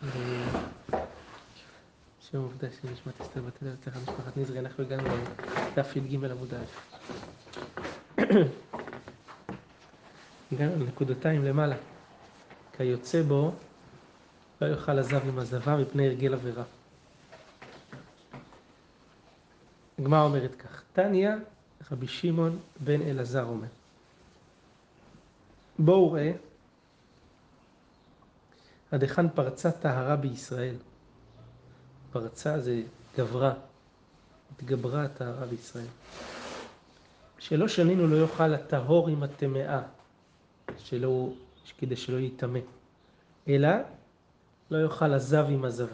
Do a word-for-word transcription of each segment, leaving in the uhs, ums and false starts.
שם עובדה שנשמת אסתר בת אל אצלך משפחת נזרי, אנחנו הגענו לדף י"ג עמוד א'. הגענו לנקודתיים למעלה. כיוצא בו לא יאכל הזב עם הזבה מפני הרגל עבירה. הגמרא אומרת כך, תניא רבי שמעון בן אלעזר אומר, בואו ראה עד היכן פרצה טהרה בישראל. פרצה זה גברה, התגברה הטהרה בישראל. שלא שנינו לא יאכל הטהור עם הטמאה, שלא, כדי שלא יטמא, אלא לא יאכל הזב עם הזבה,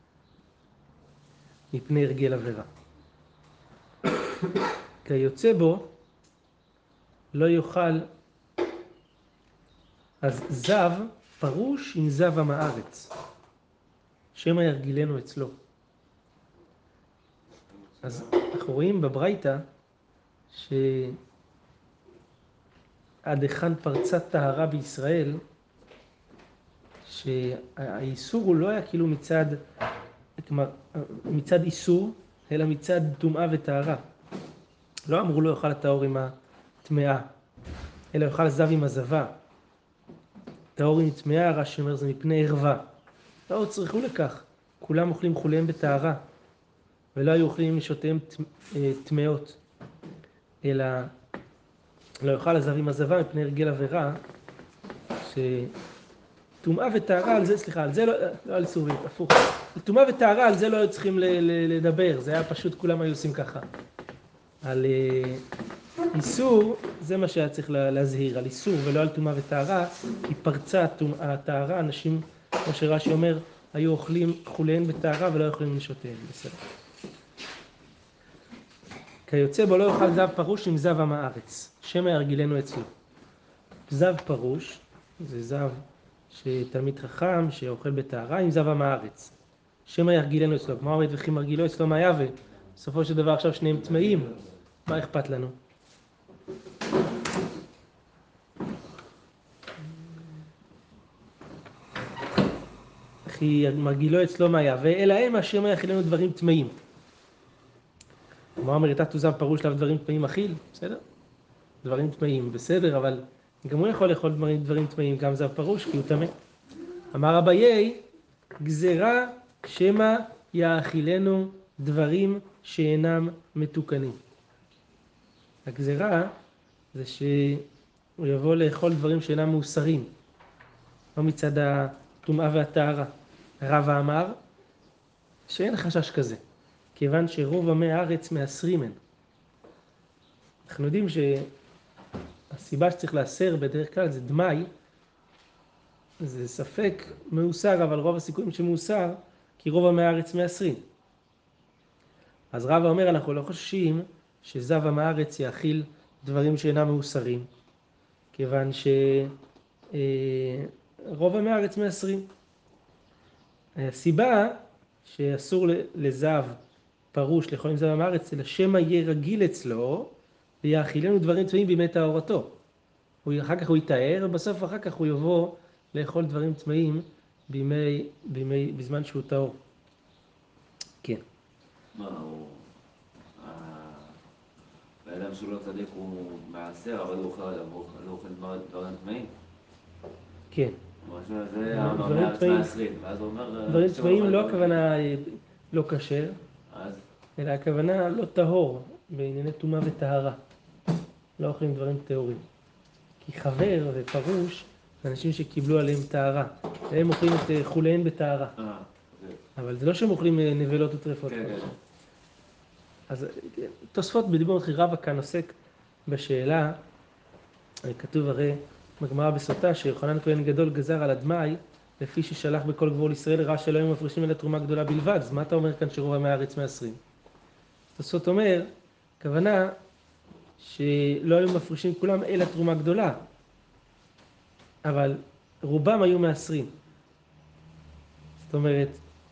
מפני הרגל עבירה. כיוצא בו לא יאכל, אז זב פרוש עם זב עם הארץ, שמא ירגילנו אצלו. אז אנחנו רואים בברייתא שעד היכן פרצה טהרה בישראל, שהאיסור הוא לא היה כאילו מצד, כלומר, מצד איסור, אלא מצד טומאה וטהרה. לא אמרו לא יאכל הטהור עם הטמאה, אלא יאכל הזב עם הזבה. טהור עם טמאה, רש"י אומר, זה מפני ערווה. לא צריכו לכך, כולם אוכלים חוליהם בטהרה, ולא היו אוכלים משותיהם טמאות, אלא לא יאכל הזב עם הזבה מפני הרגל עבירה, שטומאה וטהרה על זה, סליחה, על זה לא, לא על איסורית, הפוך. טומאה וטהרה על זה לא היו צריכים ל, ל, לדבר, זה היה פשוט, כולם היו עושים ככה. על איסור, זה מה שהיה צריך להזהיר, על איסור ולא על טומאה וטהרה, כי פרצה הטהרה, אנשים, כמו שרש"י אומר, היו אוכלים חוליהם בטהרה ולא אוכלים משותיהם, בסדר. כיוצא בו לא יאכל זב פרוש עם זב עם הארץ, שמא ירגילנו אצלו. זב פרוש זה זב שתלמיד חכם שאוכל בטהרה עם זב עם הארץ, שמא ירגילנו אצלו. כמו אומרת וכי מרגילו אצלו מה יהווה? בסופו של דבר עכשיו שניהם טמאים, מה אכפת לנו? וכי מרגילו אצלו מה יהווה? אלא הם אשר מה יאכילנו דברים טמאים. כמו אומרת תתו זב פרוש לאו דברים טמאים אכיל, בסדר? דברים טמאים, בסדר, אבל גם הוא יכול לאכול דברים, דברים טמאים, גם זב פרוש, כי הוא טמא. אמר אביי, גזרה שמא יאכילנו דברים שאינם מתוקנים. הגזרה זה שהוא יבוא לאכול דברים שאינם מאוסרים, לא מצד הטומאה והטהרה. רבא אמר שאין חשש כזה, כיוון שרוב עמי הארץ מאסרים הן. אנחנו יודעים שהסיבה שצריך לאסר בדרך כלל זה דמאי, זה ספק מאוסר, אבל רוב הסיכויים שמאוסר, כי רוב עמי הארץ מאסרים. אז רבא אומר, אנחנו לא חוששים שזב עם הארץ יאכיל דברים שאינם מאוסרים, כיוון שרוב עמי הארץ מאסרים. הסיבה שאסור לזב פרוש לאכול עם זב עם הארץ, אלא שמא יהיה רגיל אצלו, ויאכילנו דברים טמאים בימי טהרתו. אחר כך הוא יתאר, ובסוף אחר כך הוא יבוא לאכול דברים טמאים בימי, בימי, בזמן שהוא טהור. כן. מה, הוא... האדם שהוא לא צדיק הוא מעשר, אבל הוא אוכל דברים טמאים? כן. זה המארץ מעשרים, ואז הוא אומר... דברים טמאים לא הכוונה לא כשר, אלא הכוונה לא טהור, בענייני טומאה וטהרה. לא אוכלים דברים טהורים. כי חבר ופרוש זה אנשים שקיבלו עליהם טהרה, והם אוכלים את חוליהם בטהרה. אבל זה לא שהם אוכלים נבלות וטרפות. אז תוספות בדיבור אחרי רבא כאן עוסק בשאלה, כתוב הרי בגמרא בסוטה שיוחנן כהן גדול גזר על הדמאי לפי ששלח בכל גבול ישראל, ראה שלא היו מפרישים אלא תרומה גדולה בלבד. אז מה אתה אומר כאן שרוב עמי הארץ מאסרים? תוספות אומר, כוונה שלא היו מפרישים כולם אלא תרומה גדולה, אבל רובם היו מאסרים. זאת אומרת,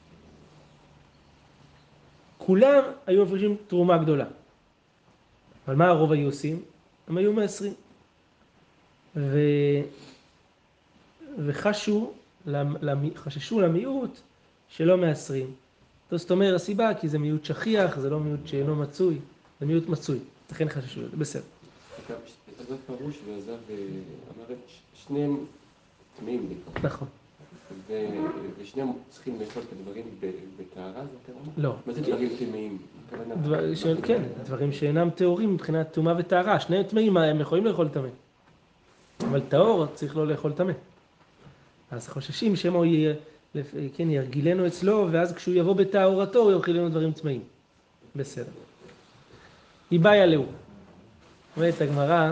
כולם היו מפרישים תרומה גדולה. אבל מה הרוב היו עושים? הם היו מאסרים. ו... וחשו חששו למיעוט שלא מאסרים. זאת אומרת, הסיבה, כי זה מיעוט שכיח, זה לא מיעוט שאינו מצוי, זה מיעוט מצוי, לכן חששו לזה, בסדר. עזב פרוש ועזב אמרת, שניהם טמאים בעיקר. נכון. ושניהם צריכים לאכול את הדברים בטהרה, זה טהרה? לא. מה זה דברים טמאים? כן, דברים שאינם טהורים מבחינת טומאה וטהרה. שניהם טמאים, הם יכולים לאכול טמא. אבל טהור צריך לא לאכול טמא. אז חוששים שמו כן, ירגילנו אצלו, ואז כשהוא יבוא בטהורתו, הוא יאכל לנו דברים טמאים. בסדר. איבאי לאו. אומרת הגמרא,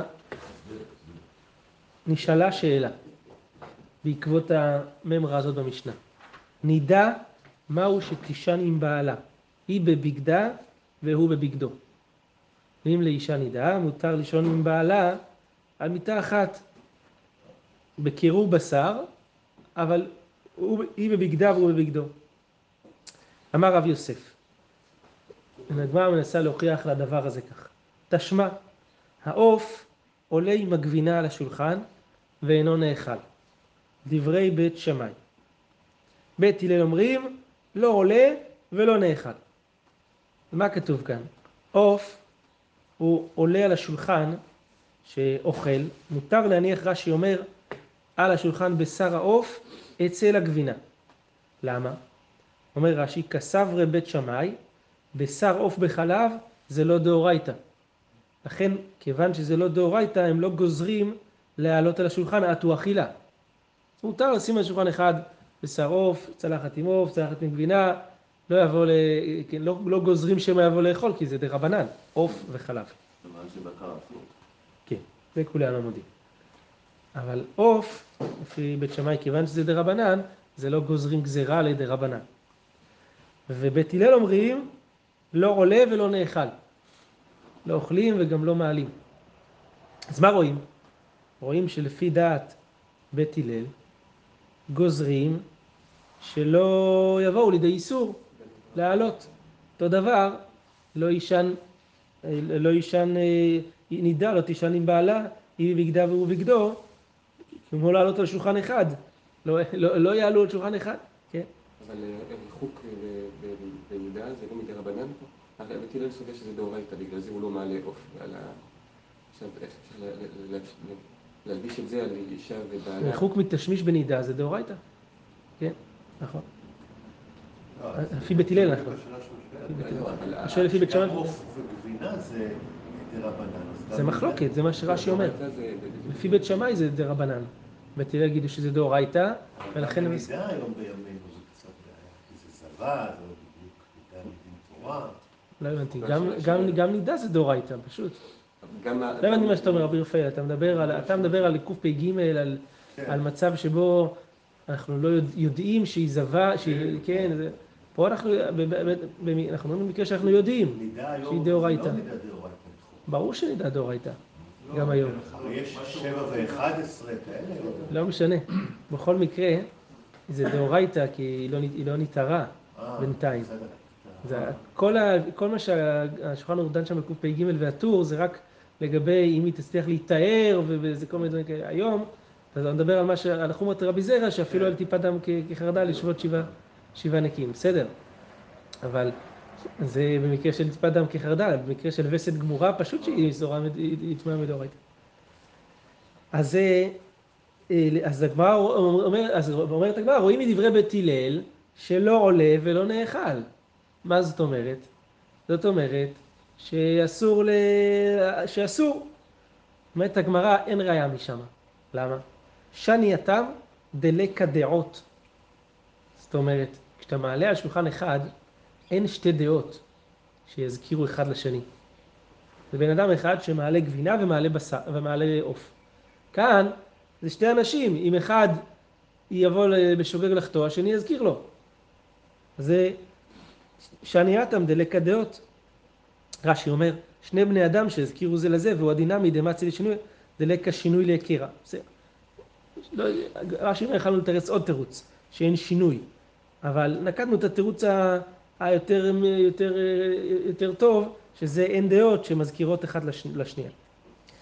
נשאלה שאלה בעקבות הממרה הזאת במשנה. נידע מהו שתישן עם בעלה, היא בבגדה והוא בבגדו. ואם לאישה נידע, מותר לישון עם בעלה על מיטה אחת בקירור בשר, אבל הוא, היא בבגדה והוא בבגדו. אמר רב יוסף, הגמרא מנסה להוכיח לדבר הזה כך. תשמע, העוף עולה עם הגבינה על השולחן ואינו נאכל. דברי בית שמאי. בית הלל אומרים, לא עולה ולא נאכל. מה כתוב כאן? עוף הוא עולה על השולחן שאוכל. מותר להניח, רש"י אומר, על השולחן בשר העוף אצל הגבינה. למה? אומר רש"י, כסברי בית שמאי, בשר עוף בחלב זה לא דאורייתא. לכן, כיוון שזה לא דאורייתא, הם לא גוזרים להעלות על השולחן עטו אכילה. מותר לשים על שולחן אחד בשר עוף, צלחת עם עוף, צלחת עם גבינה, לא יבוא ל... כן, לא, לא גוזרים שמה יבוא לאכול, כי זה דרבנן, עוף וחלב. למען שבקר אסור. כן, זה כולי המודים. אבל עוף, לפי בית שמאי, כיוון שזה דרבנן, זה לא גוזרים גזירה לדרבנן. ובית הלל אומרים, לא עולה ולא נאכל. לא אוכלים וגם לא מעלים. אז מה רואים? רואים שלפי דעת בית הלל, גוזרים שלא יבואו לידי איסור לעלות. אותו דבר, לא ישן, לא ישן, נידע, לא תישן עם בעלה, היא בבגדה והוא בבגדו, כמו לעלות על שולחן אחד. לא, לא, לא יעלו על שולחן אחד, כן? אבל ריחוק בנידה זה לא מדי רבנן פה? הרי בית הלל סובר שזה דאורייתא, בגלל זה הוא לא מעלה עוף על ה... עכשיו, איך אפשר להלביש את זה על אישה ובעלה? ריחוק מתשמיש בנידה זה דאורייתא. כן, נכון. לפי בית הלל אנחנו. השואל לפי בית שמאי. עוף וגבינה זה דרבנן. זה מחלוקת, זה מה שרש"י אומר. לפי בית שמאי זה דרבנן. בית הלל יגידו שזה דאורייתא, ולכן... נידה היום בימינו זה קצת בעיה, כי זה זווה, זה לא בדיוק נידה מדין תורה. לא הבנתי, גם נידה זה דאורייתא, פשוט. לא הבנתי מה שאתה אומר, רבי רפאל, אתה מדבר על קפ"ג, על מצב שבו אנחנו לא יודעים שהיא זווה, כן, פה אנחנו, אנחנו לא במקרה שאנחנו יודעים שהיא דאורייתא. ברור שנידה דאורייתא, גם היום. יש שבע ואחד עשרה כאלה? לא משנה, בכל מקרה זה דאורייתא כי היא לא ניתרה בינתיים. כל מה שהשולחן ערוך דן שם בקפ"ג והטור זה רק לגבי אם היא תצליח להתאר וזה כל מיני דברים כאלה. היום, אז אני מדבר על מה שעל החומרת רבי זרע, שאפילו על טיפת דם כחרדל לשבות שבעה, שבעה נקיים, בסדר. אבל זה במקרה של טיפת דם כחרדל, במקרה של וסת גמורה, פשוט שהיא זורה, היא טמאה מדאורייתא. אז אז הגמרא אומר, אז אומרת הגמרא, רואים מדברי בית הלל שלא עולה ולא נאכל. מה זאת אומרת? זאת אומרת שאסור ל... שאסור. אומרת הגמרא, אין ראיה משם. למה? שני התם דלקה דעות. זאת אומרת, כשאתה מעלה על שולחן אחד, אין שתי דעות שיזכירו אחד לשני. זה בן אדם אחד שמעלה גבינה ומעלה בשר, ומעלה עוף. כאן זה שתי אנשים, אם אחד יבוא בשוגג לחטוא, השני יזכיר לו. זה שני התם דלקה דעות. רש"י אומר, שני בני אדם שהזכירו זה לזה, והוא הדינמי דמצי לשינוי, דלקה שינוי להכירה. לא, רש"י אומר, יכולנו לתרץ עוד תירוץ, שאין שינוי. אבל נקטנו את התירוץ היותר יותר, יותר טוב, שזה אין דעות שמזכירות אחד לשנייה.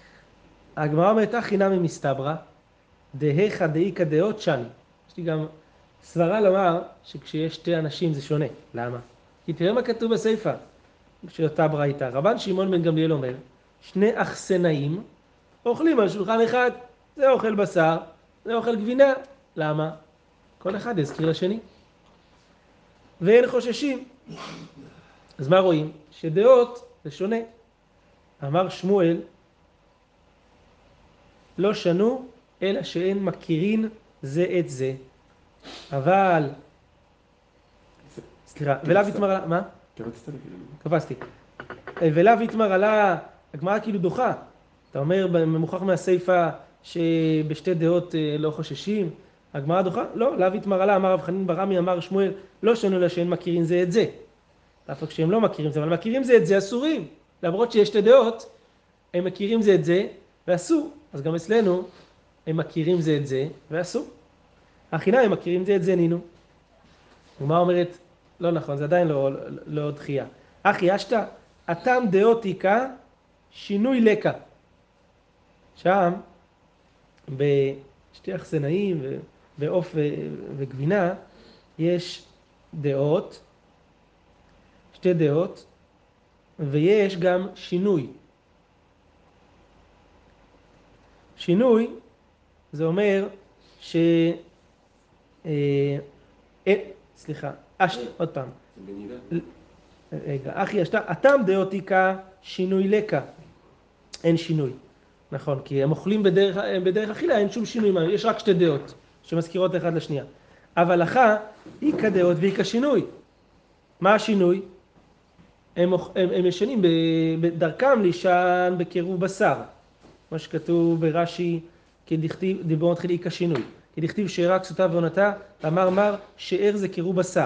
הגמרא אומרת, חינמי מסתברא, דהיכא דאיכא דעות שני. יש לי גם סברה לומר שכשיש שתי אנשים זה שונה. למה? כי תראה מה כתוב בספר של אותה ברייתא. רבן שמעון בן גמליאל אומר, שני אכסנאים אוכלים על שולחן אחד, זה אוכל בשר, זה אוכל גבינה. למה? כל אחד יזכיר לשני. ואין חוששים. אז מה רואים? שדעות זה שונה. אמר שמואל, לא שנו אלא שאין מכירין זה את זה. אבל, סליחה, ולאו יתמר עלה, מה? קפצתי. ולאו יתמר עלה, הגמרא כאילו דוחה. אתה אומר, מוכח מהסייפה שבשתי דעות לא חוששים. הגמרא דוחה? לא, לאו יתמר עלה, אמר רב חנין ברמי, אמר שמואל, לא שנו אלא שאין מכירין זה את זה. דווקא כשהם לא מכירים זה, אבל מכירים זה את זה אסורים. למרות שיש שתי דעות, הם מכירים זה את זה ואסור. אז גם אצלנו הם מכירים זה את זה ואסור. החינם הם מכירים זה את זה נינו. ומה אומרת? לא נכון, זה עדיין לא, לא, לא דחייה. אחי אשתה, אתם דעות איקה, שינוי לקה. שם, בשתי אכסנאים ועוף וגבינה, יש דעות, שתי דעות, ויש גם שינוי. שינוי, זה אומר ש... אה, אה, סליחה, אש, עוד פעם. רגע, אחי, אשתה, אתם דעות איקה, שינוי לקה. אין שינוי. נכון, כי הם אוכלים בדרך, בדרך אכילה, אין שום שינוי, יש רק שתי דעות שמזכירות אחד לשנייה. אבל לך, איקה דעות ואיקה שינוי. מה השינוי? הם, הם, הם ישנים בדרכם לישן בקירוב בשר. מה שכתוב ברש"י, כדכתיב, דיבור מתחיל איקה שינוי. כדכתיב שארה כסותה ועונתה, אמר מר שאר זה קירוב בשר.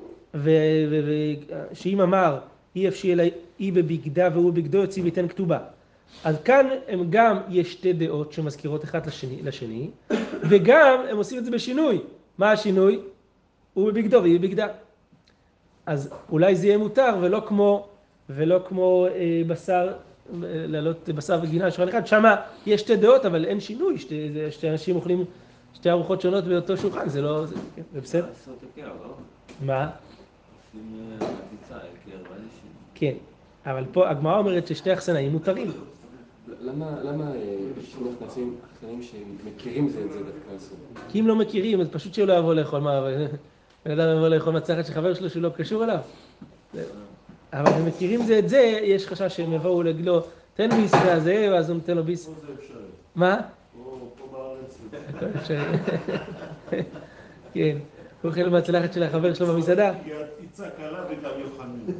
ושאם אמר אי אפשי אלא אי בבגדה והוא בבגדו יוציא ויתן כתובה. אז כאן הם גם יש שתי דעות שמזכירות אחת לשני, לשני וגם הם עושים את זה בשינוי. מה השינוי? הוא בבגדו והיא בבגדה. אז אולי זה יהיה מותר ולא כמו, ולא כמו אה, בשר, לעלות בשר וגינה שולחן אחד. שמה יש שתי דעות אבל אין שינוי. שתי, שתי אנשים אוכלים שתי ארוחות שונות באותו שולחן. זה לא, זה, כן, זה בסדר. לעשות הקר, לא? מה? עושים מביצה, הקר, מה זה שינוי? כן, אבל פה הגמרא אומרת ששתי אכסנאים מותרים. למה, למה שני אכסנאים שמכירים זה את זה דווקא אסור? כי אם לא מכירים, אז פשוט שלא יבוא לאכול מה... בן אדם יבוא לאכול מצחת של חבר שלו שהוא לא קשור אליו. אבל אם מכירים זה את זה, יש חשש שהם יבואו להגיד לו, תן ביס והזה, ואז הוא נותן לו ביס. פה זה אפשרי. מה? פה בארץ. הכל אפשרי. כן, הוא אוכל מהצלחת של החבר שלו במסעדה. כי עיצה קלה וגם יוחנן.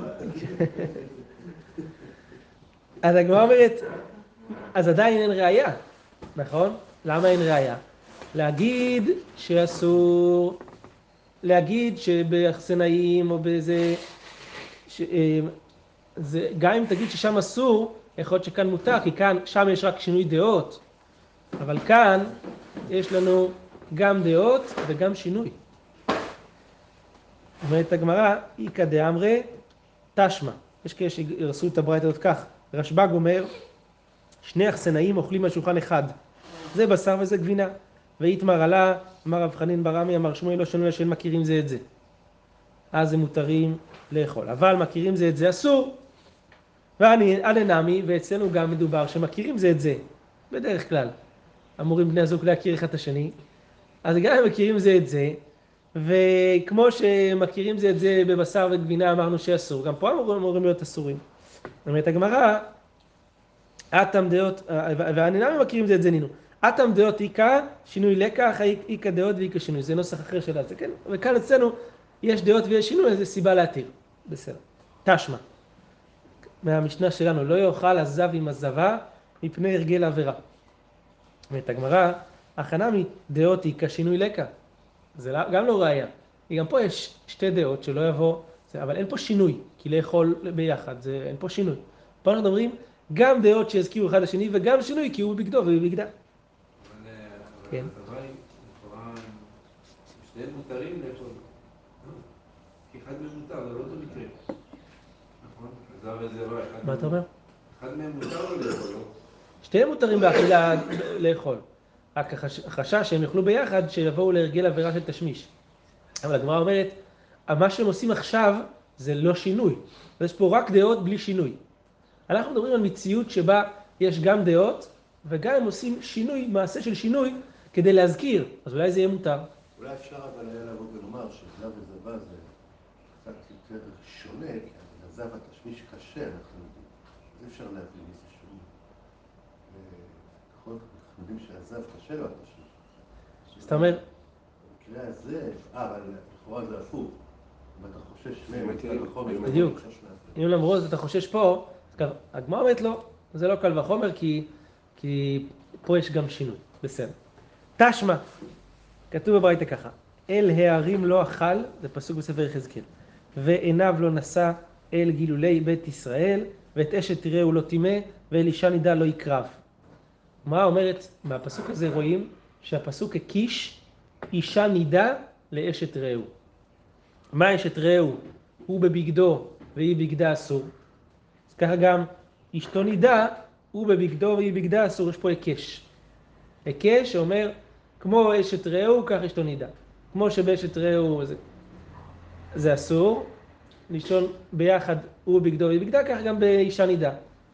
אז הגמרא אומרת, אז עדיין אין ראיה, נכון? למה אין ראיה? להגיד שאסור, להגיד שבאכסנאים או באיזה, ש, זה, גם אם תגיד ששם אסור, יכול להיות שכאן מותר, כי כאן, שם יש רק שינוי דעות, אבל כאן יש לנו גם דעות וגם שינוי. אומרת הגמרא, איקא דאמרי תשמע. יש כאלה שירסו את הברייתא הזאת כך. רשב"ג אומר, שני אכסנאים אוכלים על שולחן אחד. זה בשר וזה גבינה. ויתמר עלה, אמר רב חנין ברמי, אמר שמואל לא שנו אלא שאין מכירים זה את זה. אז הם מותרים לאכול. אבל מכירים זה את זה אסור. ואני, אלה נמי, ואצלנו גם מדובר שמכירים זה את זה. בדרך כלל. אמורים בני הזוג להכיר אחד את השני. אז גם הם מכירים זה את זה. וכמו שמכירים זה את זה בבשר וגבינה אמרנו שאסור. גם פה אמורים להיות אסורים. זאת אומרת, הגמרא, אתם דעות, והנינם מכירים זה את זה נינו. אתם דעות איקה, שינוי לקח, איקה דעות ואיקה שינוי. זה נוסח אחר של זה, כן? וכאן אצלנו יש דעות ויש שינוי, אז זה סיבה להתיר. בסדר. תשמע. מהמשנה שלנו, לא יאכל הזב עם הזבה מפני הרגל עבירה. זאת אומרת, הגמרא, הכנה מדעות איקה, שינוי לקח. זה גם לא ראיה. גם פה יש שתי דעות שלא יבוא, אבל אין פה שינוי, כי לאכול ביחד, זה, אין פה שינוי. פה אנחנו מדברים גם דעות שיזכירו אחד לשני, וגם שינוי, כי הוא בגדו והוא בגדה. כן. שניהם מותרים לאכול. כי אחד מהם מותר, זה לא אותו מקרה. נכון? זה הרי זה לא אחד. מה אתה אומר? אחד מהם מותר לו לאכול, לא? שניהם מותרים באכילה לאכול. רק החשש שהם יאכלו ביחד, שיבואו להרגל עבירה של תשמיש. אבל הגמרא אומרת, מה שהם עושים עכשיו זה לא שינוי. יש פה רק דעות בלי שינוי. אנחנו מדברים על מציאות שבה יש גם דעות, וגם הם עושים שינוי, מעשה של שינוי, כדי להזכיר. אז אולי זה יהיה מותר. אולי אפשר אבל היה לבוא ולומר שזב וזבה זה קצת יותר שונה, כי הזב התשמיש קשה, אנחנו יודעים. אז אפשר להבין איזה שונה. ככל אנחנו יודעים שהזב קשה לו התשמיש. אז אתה אומר, במקרה הזה, אה, אבל לכאורה זה הפוך. אם אתה חושש מהם, קל וחומר. בדיוק. אם למרות אתה חושש פה, אז הגמרא אומרת לו, זה לא קל וחומר, כי, כי פה יש גם שינוי. בסדר. תשמע, כתוב בברייתא ככה, אל הערים לא אכל, זה פסוק בספר יחזקאל, ועיניו לא נשא אל גילולי בית ישראל, ואת אשת רעהו לא טימא, ואל אישה נידה לא יקרב. מה אומרת, מהפסוק הזה רואים שהפסוק הקיש אישה נידה לאשת רעהו. מה אשת רעהו? הוא בבגדו והיא בגדה אסור. אז ככה גם אשתו נידה, הוא בבגדו והיא בגדה אסור, יש פה היקש. היקש שאומר, כמו אשת רעהו, כך אשתו נידה. כמו שבאשת רעהו זה, זה אסור, לישון ביחד הוא בגדו והיא בגדה, כך גם באישה נידה.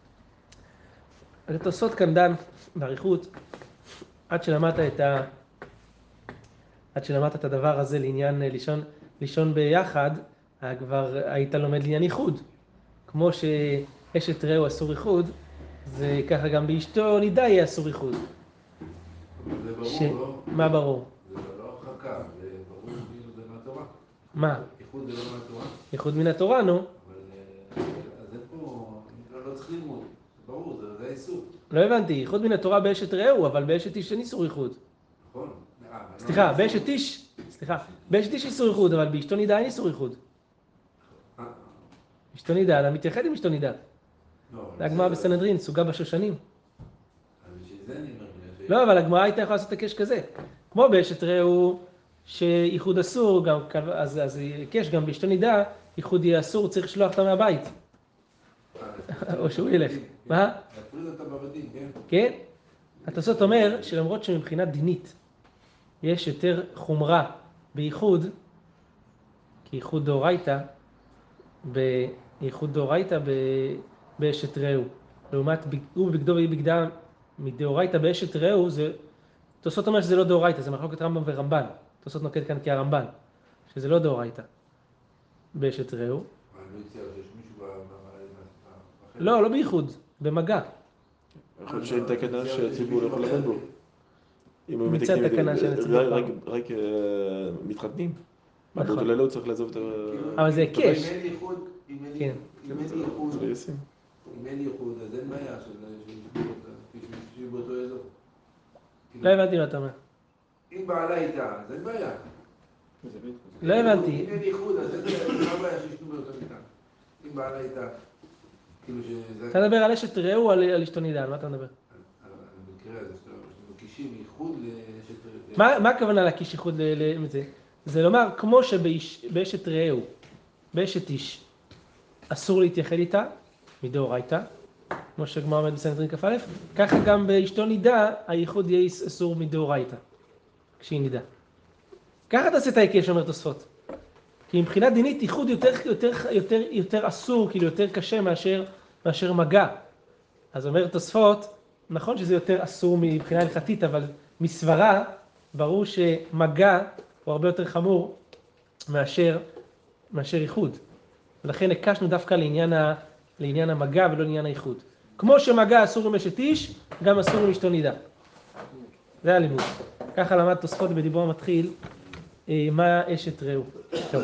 אז התוספות כאן דן בעריכות, עד שלמדת את ה... עד שלמדת את הדבר הזה לעניין לישון, לישון ביחד, כבר היית לומד לעניין ייחוד. כמו שאשת רעהו אסור ייחוד, זה ככה גם באשתו נידה יהיה אסור ייחוד. זה ברור, ש... לא? מה ברור? זה לא הרחקה, זה ברור כאילו זה מהתורה. מה? ייחוד זה לא מהתורה. ייחוד מן התורה, נו. אבל אז אין פה, לא צריך ללמוד. זה ברור, זה, זה האיסור. לא הבנתי, ייחוד מן התורה באשת רעהו, אבל באשת איש אין איסור ייחוד. נכון? אה, סליחה, לא באשת איש, סליחה, באשת איש איסור ייחוד, אבל באשתו נידה אין איסור ייחוד. אה, אשתו נידה, אתה מתייחד עם אשתו נידה. לא, אבל זה הגמרא זה- בסנהדרין, סוגה בשושנים. אבל בשביל זה אני אומר, בגלל ש- לא, אבל הגמרא הייתה יכולה לעשות היקש כזה. כמו באשת רעהו, שייחוד אסור, גם, אז, אז היקש גם באשתו נידה, ייחוד יהיה אסור, צריך לשלוח אותה מהבית. אה, או שהוא ילך. כן. מה? להפריד אותה בבתים, כן? כן? התוספות אומר שלמרות שמבחינה דינית יש יותר חומרה בייחוד, כי ייחוד דאורייתא, בייחוד דאורייתא ב- באשת רעהו. לעומת בג- הוא בגדו והיא בגדה מדאורייתא באשת רעהו, זה... התוספות אומר שזה לא דאורייתא, זה מחלוקת רמב"ם ורמב"ן. התוספות נוקט כאן כהרמב"ן, שזה לא דאורייתא באשת רעהו. אבל אני לא הציע שיש מישהו ב- ב- ב- בחדר. לא, לא בייחוד, במגע. יכול להיות שאין תקנה שהציבור לא יכול לעבוד בו. אם הם מצד מתקנים, תקנה של הציבור. רק- רק- רק אה, מתחתנים. נכון. באותו לילה הוא צריך לעזוב את ה... אבל זה כאילו, היקש. אם אין ייחוד, אם אין כן. אם אין ייחוד, זה לא ישים. אם אין ייחוד, אז אין בעיה של שיהיו באותו אזור. לא הבנתי מה אתה אומר. אם בעלה איתה, אז אין בעיה. לא הבנתי. אם אין ייחוד, אז אין בעיה, מה בעיה שישנו באותו מיטה. אם בעלה איתה, כאילו שזה... אתה מדבר על אשת רעהו או על על אשתו נידה, על מה אתה מדבר? על המקרה הזה, שאנחנו מקישים ייחוד לאשת... מה, מה הכוונה להקיש ייחוד ל- לזה? זה לומר, כמו שבאשת רעהו, באשת איש, אסור להתייחד איתה, מדאורייתא, כמו שהגמרא אומרת בסנהדרין כ"א, ככה גם באשתו נידה, הייחוד יהיה אסור מדאורייתא, כשהיא נידה. ככה תעשה את ההיקש, אומר תוספות. כי מבחינה דינית, ייחוד יותר, יותר, יותר, יותר אסור, כאילו יותר קשה מאשר, מאשר מגע. אז אומר תוספות, נכון שזה יותר אסור מבחינה הלכתית, אבל מסברה, ברור שמגע הוא הרבה יותר חמור מאשר, מאשר ייחוד. ולכן הקשנו דווקא לעניין, ה, לעניין המגע ולא לעניין הייחוד. כמו שמגע אסור עם אשת איש, גם אסור עם אשתו נידה. זה הלימוד. ככה למד תוספות בדיבור המתחיל, אה, מה אשת רעהו. טוב.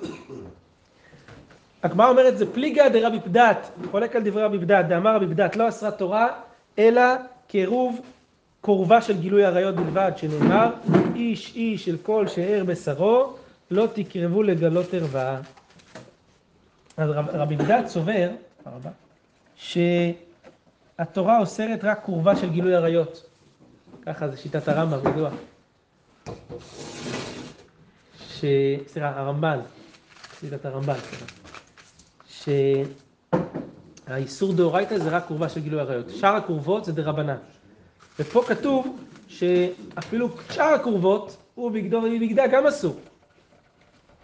הגמרא אומרת זה פליגה דרבי פדת, חולק על דברי רבי פדת, דאמר רבי פדת, לא אסרה תורה, אלא קירוב קורבה של גילוי עריות בלבד, שנאמר, איש איש של כל שאר בשרו, לא תקרבו לגלות ערווה. אז רב, רבי פדת סובר, הרבה, שהתורה אוסרת רק קורבה של גילוי עריות. ככה זה שיטת הרמב"ם, ידוע. ש... סליחה, הרמב"ן, שיטת הרמב"ן, שהאיסור דאורייתא זה רק קורבה של גילוי עריות. שאר הקורבות זה דרבנן. ופה כתוב שאפילו שאר הקורבות, הוא בגדו והיא בגדה גם אסור.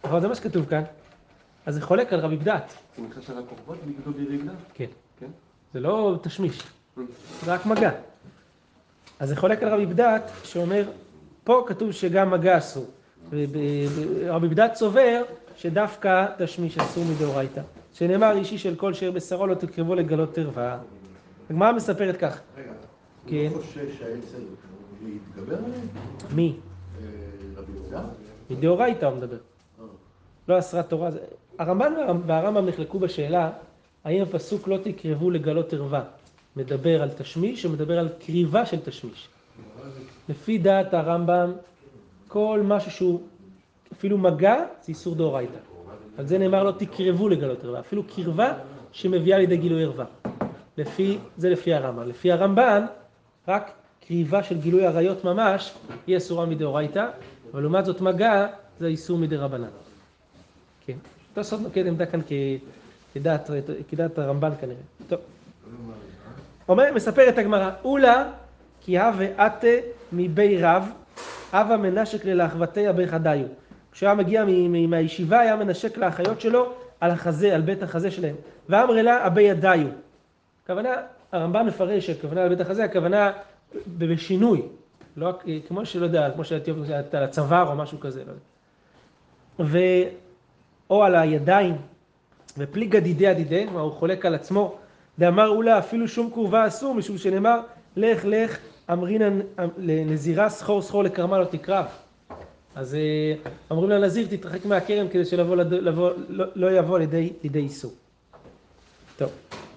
נכון, זה מה שכתוב כאן. אז זה חולק על רבי בדעת. זה נכנס על הקורבנות בגדול בלי רגלה? כן. כן? זה לא תשמיש, זה רק מגע. אז זה חולק על רבי בדעת שאומר, פה כתוב שגם מגע אסור. רבי בדעת סובר שדווקא תשמיש אסור מדאורייתא. שנאמר אישי של כל שאר בשרו לא תקרבו לגלות ערווה. הגמרא מספרת כך. רגע, כן. הוא לא חושש שהעצם להתגבר עליהם? מי? אה, רבי יהודה? מדאורייתא הוא מדבר. אה. לא אסרת תורה. הרמב"ן והרמב"ם נחלקו בשאלה האם הפסוק לא תקרבו לגלות ערווה מדבר על תשמיש או מדבר על קריבה של תשמיש. לפי דעת הרמב"ם כל משהו שהוא אפילו מגע זה איסור דאורייתא. על זה נאמר לא תקרבו לגלות ערווה, אפילו קרבה שמביאה לידי גילוי ערווה. לפי, זה לפי הרמב"ם. לפי הרמב"ן רק קריבה של גילוי עריות ממש היא אסורה מדאורייתא, אבל לעומת זאת מגע זה איסור מדרבנן. כן. תוספות נוקט עמדה כאן כדעת, כדעת הרמב"ן כנראה. טוב. אומר, מספרת הגמרא, אולה כי הווה אתה מבי רב, הווה מנשק ללאחוותי אבי חדיו. כשהיה מגיע מהישיבה היה מנשק לאחיות שלו על החזה, על בית החזה שלהם. ואמר לה אבי ידיו. הכוונה, הרמב"ן מפרש הכוונה על בית החזה, הכוונה בשינוי. לא, כמו שלא יודע, כמו שהאתיופים על הצוואר או משהו כזה. לא יודע. ו... או על הידיים, ופליגה דידי הדידי, הוא חולק על עצמו, דאמר אולה אפילו שום קרובה אסור, משום שנאמר, לך לך אמרינן לנזירה סחור סחור לקרמה לא תקרב. אז אמרים לנזיר תתרחק מהכרם כדי שלבוא לבוא, לא, לא יבוא לידי, לידי איסור. טוב,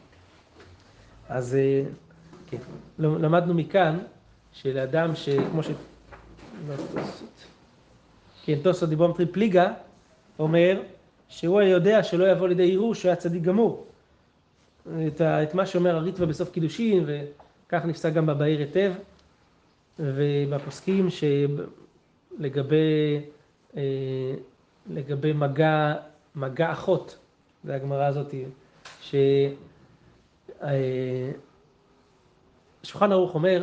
אז כן, למדנו מכאן שלאדם שכמו ש... כן, תוספות דיבור מטריד פליגה, אומר שהוא יודע שלא יבוא לידי עירור, שהוא היה צדיק גמור. את, ה, את מה שאומר הריטב"א בסוף קידושין, וכך נפסק גם בבאר היטב, ובפוסקים שלגבי אה, לגבי מגע, מגע אחות, זה הגמרא הזאת, ששולחן ערוך אומר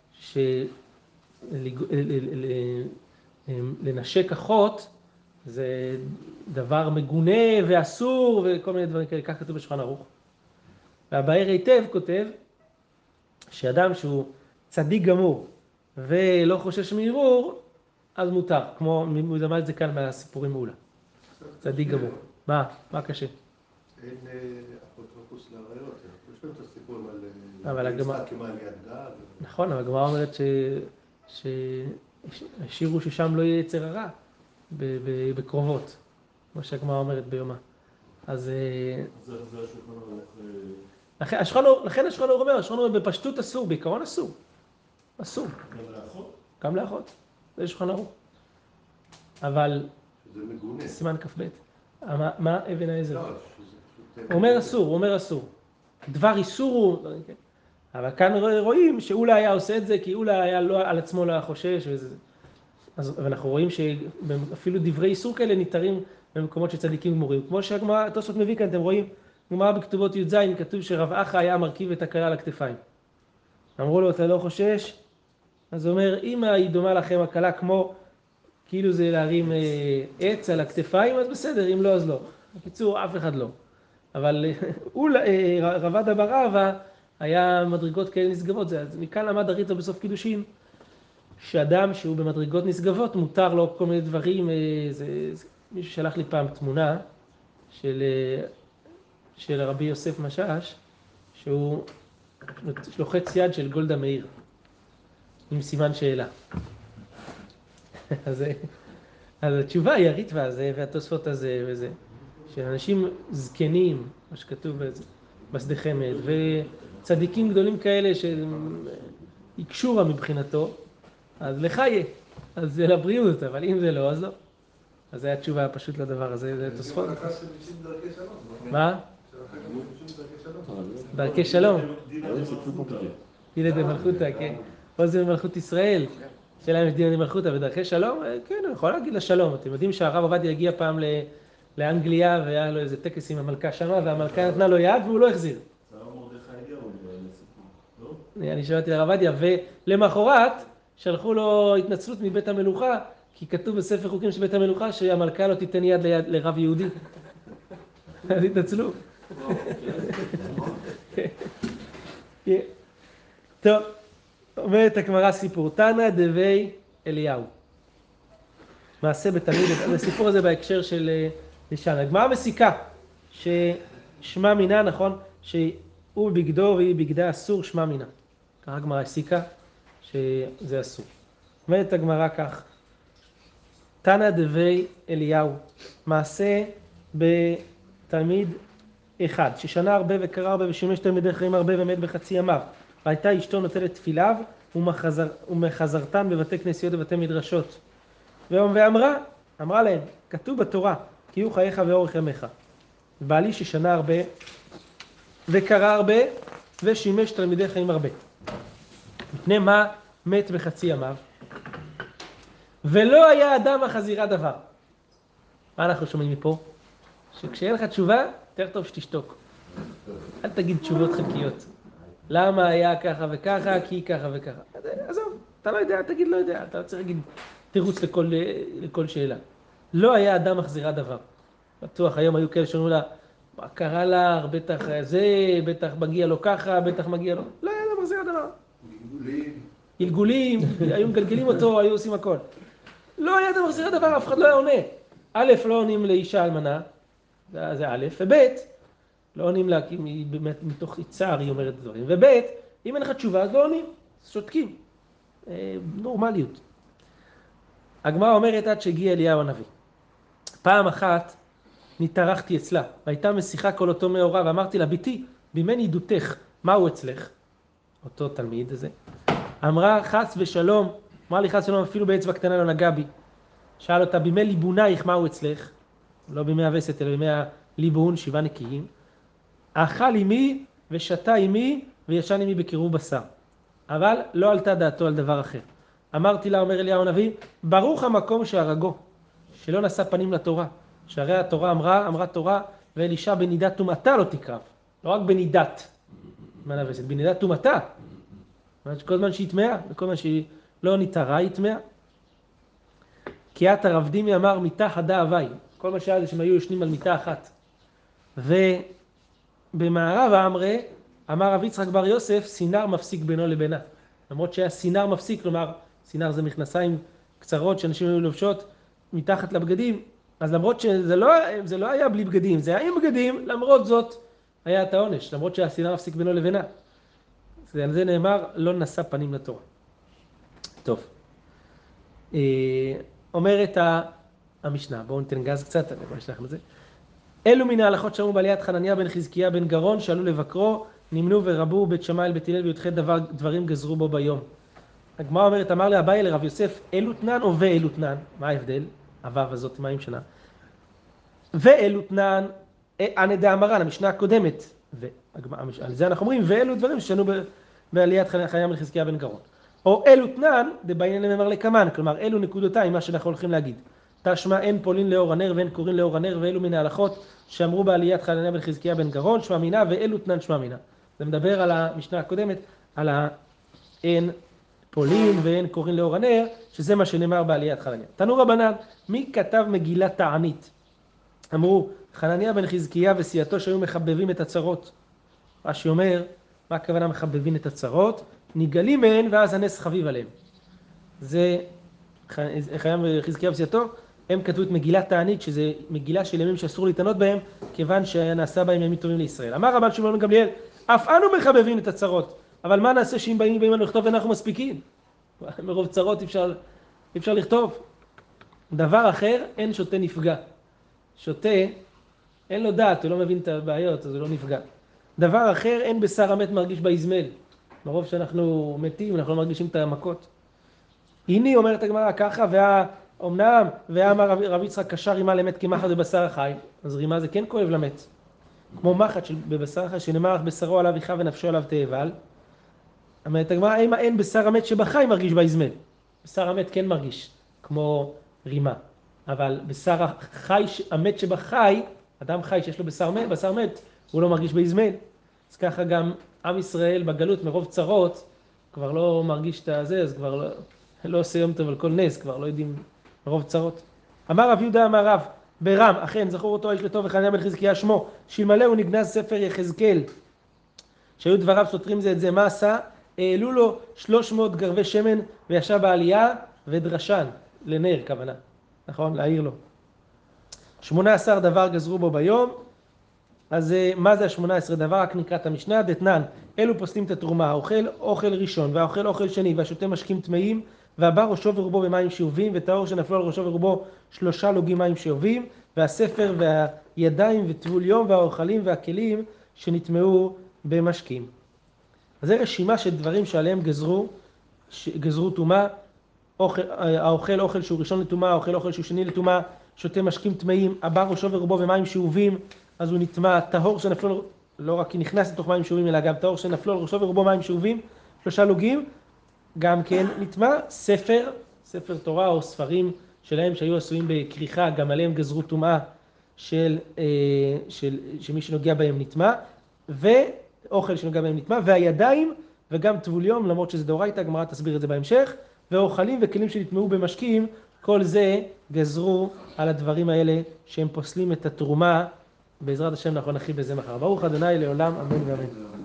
שלנשק אחות, זה דבר מגונה ואסור וכל מיני דברים כאלה, כך כתוב בשולחן ערוך. והבאר היטב כותב שאדם שהוא צדיק גמור ולא חושש מערעור, אז מותר, כמו הוא למד את זה כאן מהסיפורים מעולה. צדיק גמור. מה? מה קשה? אין אפוטרופוס לעריות, יש לנו את הסיפורים אבל על הגמרא- משחק עם העליית גג. נכון, אבל הגמרא אומרת ש- שהשאירו ששם לא יהיה יצר הרע ב- ב- בקרובות, כמו שהגמרא אומרת ביומה. אז אה, זה השולחן ערוך. לכן השולחן ערוך- לכן השולחן ערוך אומר, השולחן ערוך בפשטות אסור, בעיקרון אסור. אסור, גם לאחות? גם לאחות. זה שולחן ערוך. אבל שזה מגונה. סימן כ"ב. מה, מה אבן העזר? לא, שזה פשוט... הוא אומר אסור, הוא אומר אסור. דבר איסור הוא... אבל כאן רואים שאולי היה עושה את זה, כי אולי היה לא, על עצמו לא היה חושש. וזה... אז, ואנחנו רואים שאפילו דברי איסור כאלה ניתרים במקומות שצדיקים גמורים. כמו שהגמרא, תוספות מביא כאן, אתם רואים, גמרא בכתובות י"ז, כתוב שרב אחא היה מרכיב את הכלה על הכתפיים. אמרו לו, אתה לא חושש? אז הוא אומר, אם היא דומה לכם הכלה כמו, כאילו זה להרים אה, עץ על הכתפיים, אז בסדר, אם לא, אז לא. בקיצור, אף אחד לא. אבל אולי, רב עדה בר אבא היה מדרגות כאלה נשגבות. זה, אז מכאן למד הריטב"א בסוף קידושין, שאדם שהוא במדרגות נשגבות, מותר לו כל מיני דברים. זה, זה, מישהו שלח לי פעם תמונה של, של רבי יוסף משאש, שהוא לוחץ יד של גולדה מאיר, עם סימן שאלה. אז, אז התשובה היא הריטב"א הזה והתוספות הזה וזה, שאנשים זקנים, מה שכתוב בשדה חמד, וצדיקים גדולים כאלה שיקשורה מבחינתו, אז לך יהיה, אז זה לבריאות, אבל אם זה לא, אז לא. אז זה התשובה פשוט לדבר הזה, זה תוספות. מה? דרכי שלום. דילה דמלכותא, כן. פה זה במלכות ישראל. שאלה אם יש דילה דמלכותא ודרכי שלום, כן, אני יכול להגיד לה שלום. אתם יודעים שהרב עובדיה הגיע פעם לאנגליה, והיה לו איזה טקס עם המלכה שמה, והמלכה נתנה לו יד והוא לא החזיר. אני שמעתי לרב עובדיה, ולמחרת שלחו לו התנצלות מבית המלוכה, כי כתוב בספר חוקים של בית המלוכה שהמלכה לא תיתן יד ליד לרב יהודי. אז התנצלו. טוב, אומרת הגמרא סיפור, תנא דבי אליהו. מעשה בתלמיד, הסיפור הזה בהקשר של לשם. הגמרא מסיקה ששמה מינה, נכון? שהוא בגדו והיא בגדה אסור, שמה מינה. ככה הגמרא הסיקה שזה אסור. אומרת הגמרא כך, תנא דבי אליהו, מעשה בתלמיד אחד, ששנה הרבה וקרא הרבה ושימש תלמידי חיים הרבה ומת בחצי ימיו. והייתה אשתו נוטלת תפיליו ומחזר, ומחזרתן בבתי כנסיות ובתי מדרשות. ואמרה, אמרה להם, כתוב בתורה, כי הוא חייך ואורך ימיך. בעלי ששנה הרבה וקרא הרבה ושימש תלמידי חיים הרבה. מפני מה מת בחצי ימיו? ולא היה אדם החזירה דבר. מה אנחנו שומעים מפה? שכשיהיה לך תשובה, יותר טוב שתשתוק. אל תגיד תשובות חלקיות. למה היה ככה וככה, כי ככה וככה. עזוב, אתה לא יודע, תגיד לא יודע. אתה צריך להגיד תירוץ לכל, לכל שאלה. לא היה אדם מחזירה דבר. בטוח, היום היו כאלה שאומרים לה, מה קרה לך, בטח זה, בטח מגיע לו ככה, בטח מגיע לו. לא היה אדם מחזירה דבר. גלגולים. גלגולים, היו מגלגלים אותו, היו עושים הכל. לא היה אדם מחזירה דבר, אף אחד לא היה עונה. א', לא עונים לאישה אלמנה, זה א', וב', לא עונים לה, כי היא באמת מתוך צער היא אומרת דברים, וב', אם אין לך תשובה, אז לא עונים, שותקים. אה, נורמליות. הגמרא אומרת עד שהגיע אליהו הנביא. פעם אחת נתארחתי אצלה, והייתה משיחה כל אותו מאורע, ואמרתי לה, ביתי, בימי נידותך, מהו אצלך? אותו תלמיד הזה. אמרה חס ושלום, אמרה לי חס ושלום, אפילו באצבע קטנה לא נגע בי. שאל אותה, בימי ליבונייך, מהו אצלך? לא בימי הווסת, אלא בימי הליבון, שבעה נקיים. אכל עמי ושתה עמי וישן עמי בקירוב בשר. אבל לא עלתה דעתו על דבר אחר. אמרתי לה, אומר אליהו הנביא, ברוך המקום שהרגו, שלא נשא פנים לתורה. שהרי התורה אמרה, אמרה תורה, ואלישע בנידת טומאתה לא תקרב. לא רק בנידת, מה נווסת, בנידת טומאתה. כל זמן שהיא טמאה, וכל זמן שהיא לא נתערה, היא טמאה. כי את הרב דימי אמר מיתה חדה הווי. כל מה שהיה זה שהם היו יושנים על מיטה אחת. ובמערב האמרה, אמר רב יצחק בר יוסף, סינר מפסיק בינו לבינה. למרות שהיה סינר מפסיק, כלומר, סינר זה מכנסיים קצרות שאנשים היו לובשות מתחת לבגדים, אז למרות שזה לא, זה לא היה בלי בגדים, זה היה עם בגדים, למרות זאת היה את העונש, למרות שהסינר מפסיק בינו לבינה. על זה נאמר, לא נשא פנים לתורה. טוב. אומרת המשנה, בואו ניתן גז קצת, אני בוא נשלח את זה. אלו מן ההלכות שאמרו בעליית חנניה בן חזקיה בן גרון, שעלו לבקרו, נמנו ורבו בית שמאי בית הלל וי"ח דבר דברים גזרו בו ביום. הגמרא אומרת, אמר לאביי לרב יוסף, אלו תנן או ואלו תנן? מה ההבדל? הוו הזאת, מה עם שנה? ואלו תנן, ענה דאמרן, המשנה הקודמת, ועל זה אנחנו אומרים, ואלו דברים ששנו בעליית חנניה בן חזקיה בן גרון. או אלו תנן, דבעניין לממר לקמן, כלומר אלו נקודותיים, מה שאנחנו הולכים להגיד. תשמע אין פולין לאור הנר ואין קורין לאור הנר, ואלו מן ההלכות שאמרו בעליית חנניה בן חזקיה בן גרון, שמע מינה, ואלו תנן שמע מינה. זה מדבר על המשנה הקודמת, על האין פולין ואין קורין לאור הנר, שזה מה שנאמר בעליית חנניה. תנו רבנן, מי כתב מגילת תענית? אמרו, חנניה בן חזקיה וסיעתו שהיו מחבבים את הצרות. רש"י אומר, מה הכוונה מחבבים את הצרות? נגלים מהן ואז הנס חביב עליהם. זה חנניה בן חזקיה וסיעתו, הם כתבו את מגילת תענית, שזה מגילה של ימים שאסור להתענות בהם, כיוון שנעשה בהם ימים טובים לישראל. אמר רבן שמעון בן גמליאל, אף אנו מחבבים את הצרות, אבל מה נעשה שאם באים באים לנו לכתוב ואנחנו מספיקים? מרוב צרות אפשר, אפשר לכתוב. דבר אחר, אין שוטה נפגע. שוטה, אין לו דעת, הוא לא מבין את הבעיות, אז הוא לא נפגע. דבר אחר, אין בשר המת מרגיש באזמל. מרוב שאנחנו מתים, אנחנו לא מרגישים את המכות. הנה אומרת הגמרא ככה, והאומנם, ואמר רב יצחק קשר רימה למת כמחט בבשר החי, אז רימה זה כן כואב למת. כמו מחט בבשר החי, שנאמר בשרו עליו יכאב ונפשו עליו תאבל. אומרת הגמרא, אימה אין בשר המת שבחי מרגיש באזמל. בשר המת כן מרגיש, כמו רימה. אבל בשר החי, המת שבחי, אדם חי שיש לו בשר מת, בשר מת, הוא לא מרגיש באזמל. אז ככה גם עם ישראל בגלות מרוב צרות, כבר לא מרגיש את הזה, אז כבר לא, לא עושה יום טוב על כל נס, כבר לא יודעים מרוב צרות. אמר רב יהודה אמר רב, ברם, אכן זכור אותו איש לטוב וחנניה בן חזקיה שמו, שאלמלא הוא נגנז ספר יחזקאל, שהיו דבריו סותרים זה את זה, מה עשה? העלו לו שלוש מאות גרבי שמן וישב בעלייה ודרשן, לנר כוונה, נכון? להעיר לו. שמונה עשר דבר גזרו בו ביום. אז מה זה ה-שמונה עשרה דבר? רק נקרא את המשנה. דתנן, אלו פוסלים את התרומה, האוכל אוכל ראשון והאוכל אוכל שני והשותה משקים טמאים, והבא ראשו ורובו במים שאובים, וטהור שנפלו על ראשו ורובו שלושה לוגים מים שאובים, והספר והידיים וטבול יום והאוכלים והכלים שנטמאו במשקים. אז זה רשימה של דברים שעליהם גזרו, גזרו טומאה. האוכל אוכל שהוא ראשון לטומאה, האוכל אוכל שהוא שני לטומאה, שותה משקים טמאים, הבא ראשו ורובו במים שאובים, אז הוא נטמא. טהור שנפלו, לא רק כי נכנס לתוך מים שאובים, אלא גם טהור שנפלו על ראשו ורובו מים שאובים, שלושה לוגים, גם כן נטמא. ספר, ספר תורה או ספרים שלהם שהיו עשויים בכריכה, גם עליהם גזרו טומאה של, של, שמי שנוגע בהם נטמא, ואוכל שנוגע בהם נטמא, והידיים וגם טבול יום, למרות שזה דאורייתא, הגמרא תסביר את זה בהמשך, ואוכלים וכלים שנטמאו במשקים, כל זה גזרו על הדברים האלה שהם פוסלים את התרומה. בעזרת השם אנחנו נכיר בזה מחר. ברוך ה' לעולם, אמן ואמן.